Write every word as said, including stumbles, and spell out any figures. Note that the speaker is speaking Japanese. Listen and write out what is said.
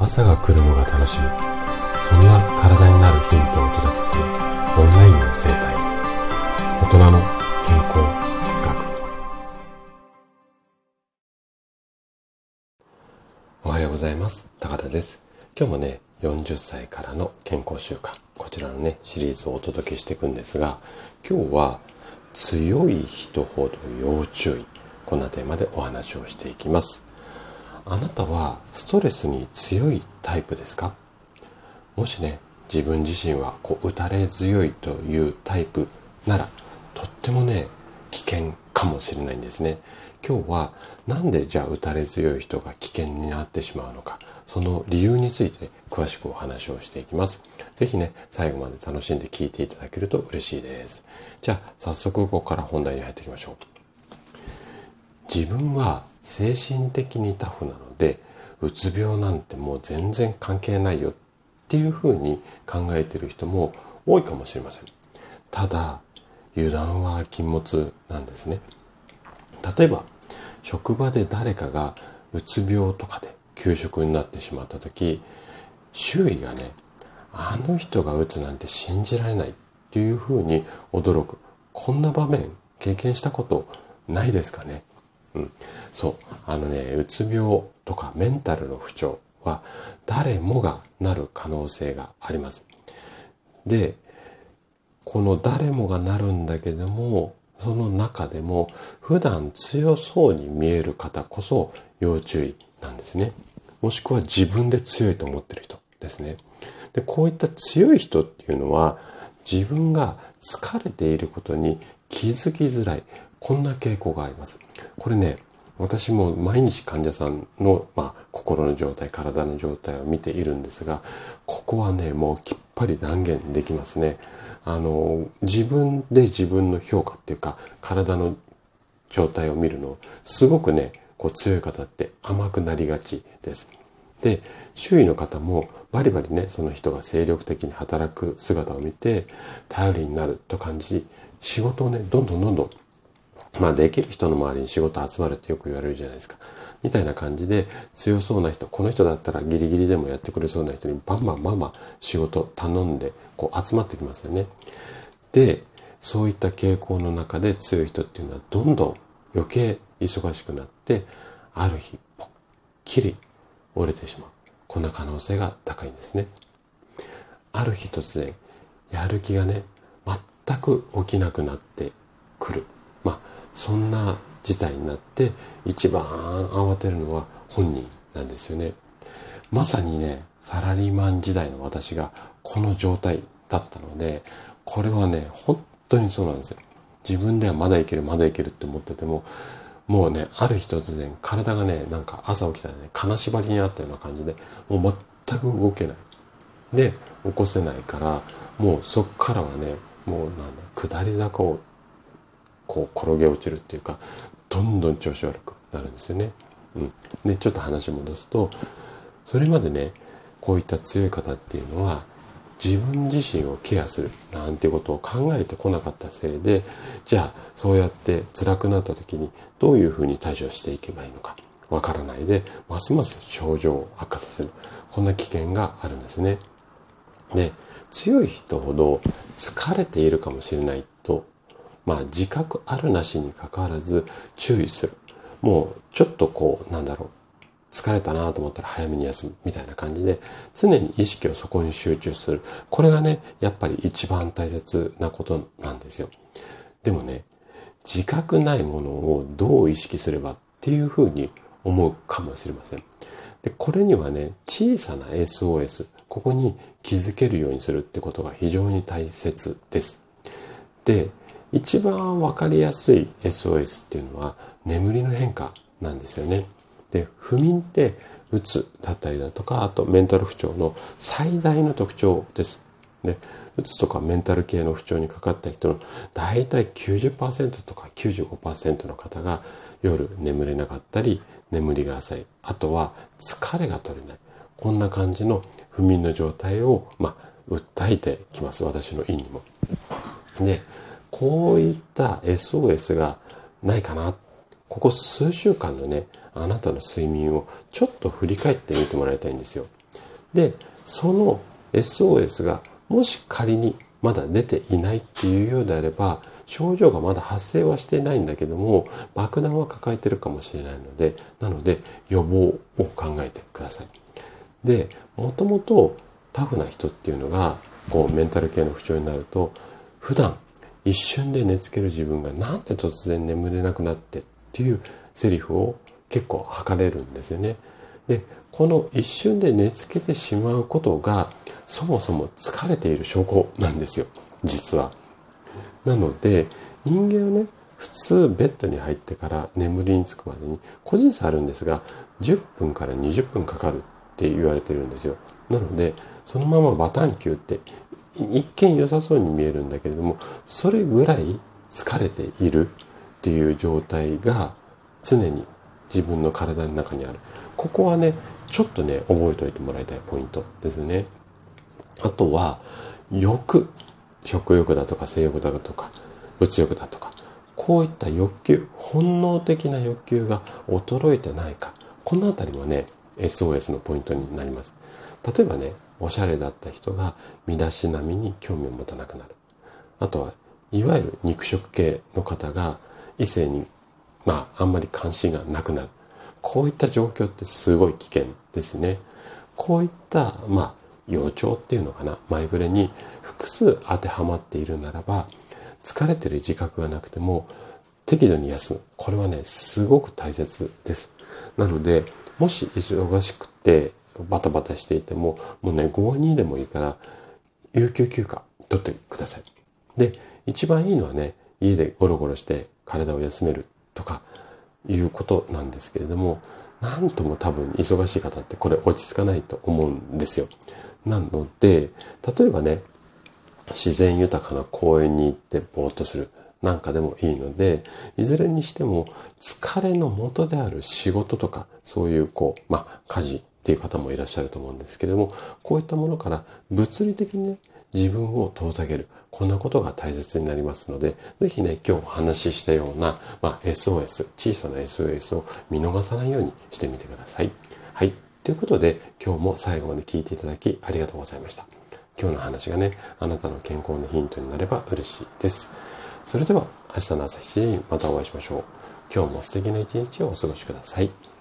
朝が来るのが楽しみ、そんな体になるヒントをお届けするオンラインの生態、大人の健康学。おはようございます。高田です。今日もね、よんじゅっさいからの健康習慣、こちらのねシリーズをお届けしていくんですが、今日は強い人ほど要注意、こんなテーマでお話をしていきます。あなたはストレスに強いタイプですか？もしね、自分自身はこう打たれ強いというタイプなら、とってもね危険かもしれないんですね。今日はなんでじゃあ打たれ強い人が危険になってしまうのか、その理由について詳しくお話をしていきます。ぜひね、最後まで楽しんで聞いていただけると嬉しいです。じゃあ早速ここから本題に入っていきましょう。自分は精神的にタフなので、うつ病なんてもう全然関係ないよっていうふうに考えている人も多いかもしれません。ただ油断は禁物なんですね。例えば職場で誰かがうつ病とかで休職になってしまった時、周囲がね、あの人がうつなんて信じられないっていうふうに驚く、こんな場面経験したことないですかね。うん、そうあのねうつ病とかメンタルの不調は誰もがなる可能性があります。で、この誰もがなるんだけども、その中でも普段強そうに見える方こそ要注意なんですね。もしくは自分で強いと思ってる人ですね。で、こういった強い人っていうのは自分が疲れていることに気づきづらい、こんな傾向があります。これね、私も毎日患者さんの、まあ、心の状態、体の状態を見ているんですが、ここはね、もうきっぱり断言できますね。あの、自分で自分の評価っていうか、体の状態を見るの、すごくね、こう強い方って甘くなりがちです。で、周囲の方もバリバリね、その人が精力的に働く姿を見て、頼りになると感じ、仕事をね、どんどんどんどんまあできる人の周りに仕事集まるってよく言われるじゃないですか。みたいな感じで強そうな人、この人だったらギリギリでもやってくれそうな人にバンバンバンバン仕事頼んでこう集まってきますよね。で、そういった傾向の中で強い人っていうのはどんどん余計忙しくなって、ある日ポッキリ折れてしまう。こんな可能性が高いんですね。ある日突然やる気がね、全く起きなくなってくる。まあそんな事態になって一番慌てるのは本人なんですよね。まさにね、サラリーマン時代の私がこの状態だったので、これはね、本当にそうなんですよ。自分ではまだいけるまだいけるって思ってても、もうね、ある日突然体がね、なんか朝起きたらね、金縛りにあったような感じで、もう全く動けない。で、起こせないから、もうそっからはね、もうなんだ、下り坂をこう転げ落ちるっていうか、どんどん調子悪くなるんですよね。うん。で、ちょっと話戻すと、それまでね、こういった強い方っていうのは、自分自身をケアするなんていうことを考えてこなかったせいで、じゃあそうやって辛くなった時にどういうふうに対処していけばいいのかわからないで、ますます症状を悪化させる、こんな危険があるんですね。で、強い人ほど疲れているかもしれないと、まあ自覚あるなしにかかわらず注意する。もうちょっとこうなんだろう、疲れたなと思ったら早めに休むみたいな感じで、常に意識をそこに集中する。これがね、やっぱり一番大切なことなんですよ。でもね、自覚ないものをどう意識すればっていうふうに思うかもしれません。で、これにはね、小さな エスオーエス、ここに気づけるようにするってことが非常に大切です。で、一番わかりやすい エスオーエスっていうのは眠りの変化なんですよね。で、不眠ってうつだったりだとか、あとメンタル不調の最大の特徴です。で、うつとかメンタル系の不調にかかった人のだいたい きゅうじゅっパーセント とか きゅうじゅうごパーセント の方が夜眠れなかったり、眠りが浅い、あとは疲れが取れない、こんな感じの不眠の状態を、まあ、訴えてきます。私の胃にも。で、こういった エスオーエス がないかな。ここ数週間のね、あなたの睡眠をちょっと振り返ってみてもらいたいんですよ。 で、その エスオーエス がもし仮にまだ出ていないっていうようであれば、症状がまだ発生はしていないんだけども、爆弾は抱えてるかもしれないので、なので予防を考えてください。で、もともとタフな人っていうのが、こうメンタル系の不調になると、普段一瞬で寝つける自分がなんで突然眠れなくなってっていうセリフを結構吐かれるんですよね。で、この一瞬で寝つけてしまうことがそもそも疲れている証拠なんですよ、実は。なので人間はね、普通ベッドに入ってから眠りにつくまでに個人差あるんですが、じゅっぷんからにじゅっぷんかかるって言われてるんですよ。なのでそのままバタンキューって一見良さそうに見えるんだけれども、それぐらい疲れているっていう状態が常に自分の体の中にある。ここはね、ちょっとね、覚えておいてもらいたいポイントですね。あとは、欲、食欲だとか性欲だとか物欲だとか、こういった欲求、本能的な欲求が衰えてないか、このあたりもね、エスオーエス のポイントになります。例えばね、おしゃれだった人が身だしなみに興味を持たなくなる。あとは、いわゆる肉食系の方が異性に、まあ、あんまり関心がなくなる。こういった状況ってすごい危険ですね。こういった、まあ、予兆っていうのかな、前触れに複数当てはまっているならば、疲れてる自覚がなくても適度に休む。これはね、すごく大切です。なので、もし忙しくてバタバタしていても、もうね、ごにでもいいから有給休暇取ってください。で、一番いいのはね、家でゴロゴロして体を休めるとかいうことなんですけれども、なんとも多分忙しい方ってこれ落ち着かないと思うんですよ。なので、例えばね、自然豊かな公園に行ってぼーっとするなんかでもいいので、いずれにしても疲れの元である仕事とか、そういうこう、まあ家事っていう方もいらっしゃると思うんですけれども、こういったものから物理的にね、自分を遠ざける。こんなことが大切になりますので、ぜひね、今日お話ししたような、まあ、エスオーエス、小さな エスオーエス を見逃さないようにしてみてください。はい。ということで、今日も最後まで聞いていただきありがとうございました。今日の話がね、あなたの健康のヒントになれば嬉しいです。それでは、明日の朝しちじにまたお会いしましょう。今日も素敵な一日をお過ごしください。